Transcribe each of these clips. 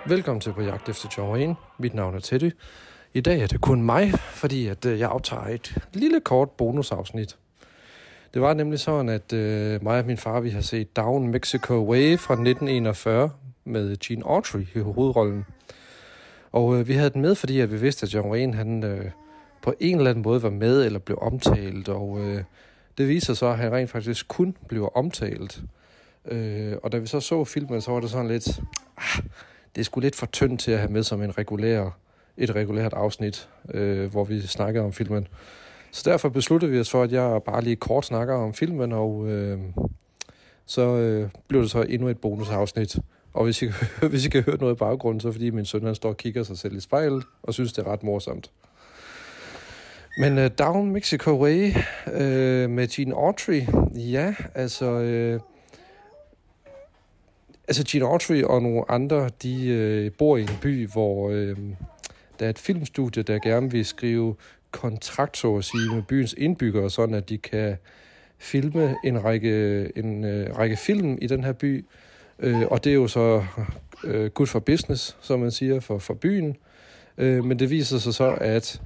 Velkommen til På jagt efter John Wayne. Mit navn er Teddy. I dag er det kun mig, fordi jeg optager et lille kort bonusafsnit. Det var nemlig sådan, at mig og min far vi har set Down Mexico Way fra 1941 med Gene Autry i hovedrollen. Og vi havde den med, fordi at vi vidste, at John Wayne han, på en eller anden måde var med eller blev omtalt. Og det viser så, at han rent faktisk kun bliver omtalt. Og da vi så filmen, så var det sådan lidt... det er sgu lidt for tyndt til at have med som et regulært afsnit, hvor vi snakker om filmen. Så derfor besluttede vi os for, at jeg bare lige kort snakker om filmen, og så blev det så endnu et bonusafsnit. Og hvis I kan høre noget i baggrunden, så fordi min søn han står og kigger sig selv i spejlet, og synes, det er ret morsomt. Men Down Mexico Way med Gene Autry, ja, altså Gene Autry og nogle andre, de bor i en by, hvor der er et filmstudie, der gerne vil skrive kontrakt, så at sige, med byens indbyggere, sådan at de kan filme en række film i den her by. Og det er jo så good for business, som man siger, for byen. Men det viser sig så, at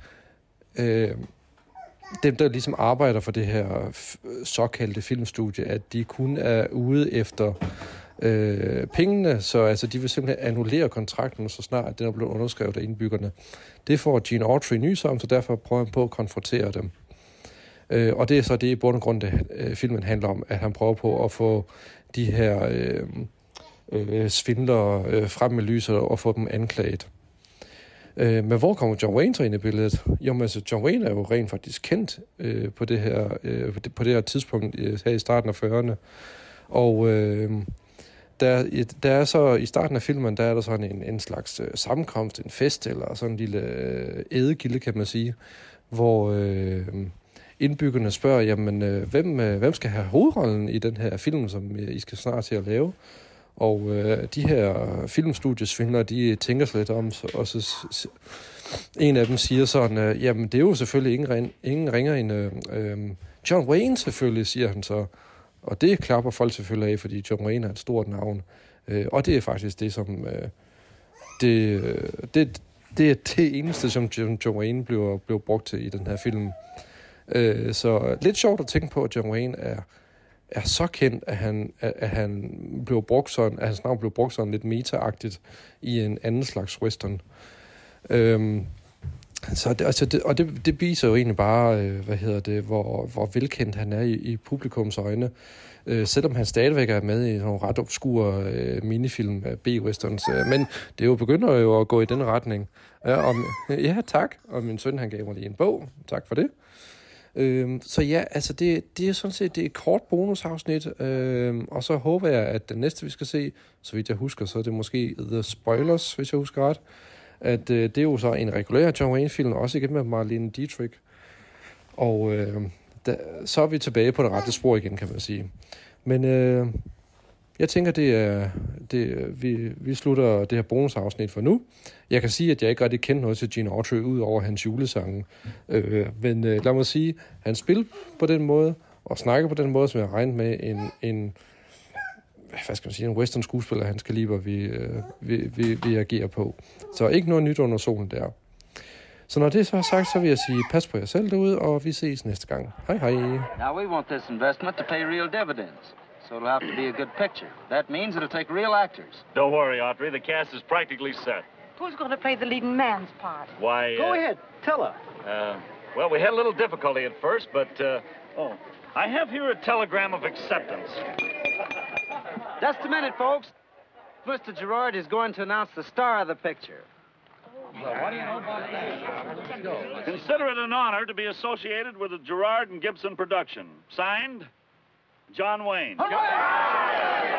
dem, der ligesom arbejder for det her såkaldte filmstudie, at de kun er ude efter pengene, så altså, de vil simpelthen annullere kontrakten, så snart den er blevet underskrevet af indbyggerne. Det får Gene Autry nys om, så derfor prøver han på at konfrontere dem. Og det er så det i bund og grund, filmen handler om, at han prøver på at få de her svindlere frem med lyset og få dem anklaget. Men hvor kommer John Wayne så ind i billedet? Jo, men altså, John Wayne er jo rent faktisk kendt på det her tidspunkt her i starten af 40'erne. Og der er så i starten af filmen, der er der sådan en slags sammenkomst, en fest eller sådan en lille ædegilde, kan man sige, hvor indbyggerne spørger, jamen hvem skal have hovedrollen i den her film, som I skal snart til at lave? Og de her filmstudiesvindlere, de tænker sig lidt om, og så en af dem siger sådan, jamen det er jo selvfølgelig ingen ringer end John Wayne selvfølgelig, siger han så. Og det klapper folk selvfølgelig af, fordi John Wayne er et stort navn. Og det er faktisk det, som... det er det eneste, som John Wayne blev brugt til i den her film. Så lidt sjovt at tænke på, at John Wayne er så kendt, at han blev brugt sådan, at hans navn blev brugt sådan lidt meta-agtigt i en anden slags western. Det viser jo egentlig bare, hvor velkendt han er i publikums øjne. Selvom han stadigvæk er med i nogle ret obskure minifilm B-westerns. Men det jo begynder jo at gå i den retning. Ja, tak. Og min søn, han gav mig lige en bog. Tak for det. Så ja, altså det er sådan set det er et kort bonusafsnit. Og så håber jeg, at den næste, vi skal se, så vidt jeg husker, så er det måske The Spoilers, hvis jeg husker ret. At det er jo så en regulær John Wayne-film, også igen med Marlene Dietrich. Og så er vi tilbage på det rette spor igen, kan man sige. Men jeg tænker, vi slutter det her bonusafsnit for nu. Jeg kan sige, at jeg ikke rigtig kender noget til Gene Autry, ud over hans julesange. Men lad mig sige, han spiller på den måde, og snakker på den måde, som jeg regner med en western skuespiller af hans kaliber, vi agerer på. Så ikke noget nyt under solen der. Så når det så er sagt, så vil jeg sige, pas på jer selv derude, og vi ses næste gang. Hej hej. Now we want this investment to pay real dividends. So it'll have to be a good picture. That means it'll take real actors. Don't worry, Audrey. The cast is practically set. Who's going to play the leading man's part? Why, Go ahead. Tell her. Well, we had a little difficulty at first, but, I have here a telegram of acceptance. Just a minute, folks. Mr. Gerard is going to announce the star of the picture. What do you know about that? Consider it an honor to be associated with the Gerard and Gibson production. Signed, John Wayne. Hooray!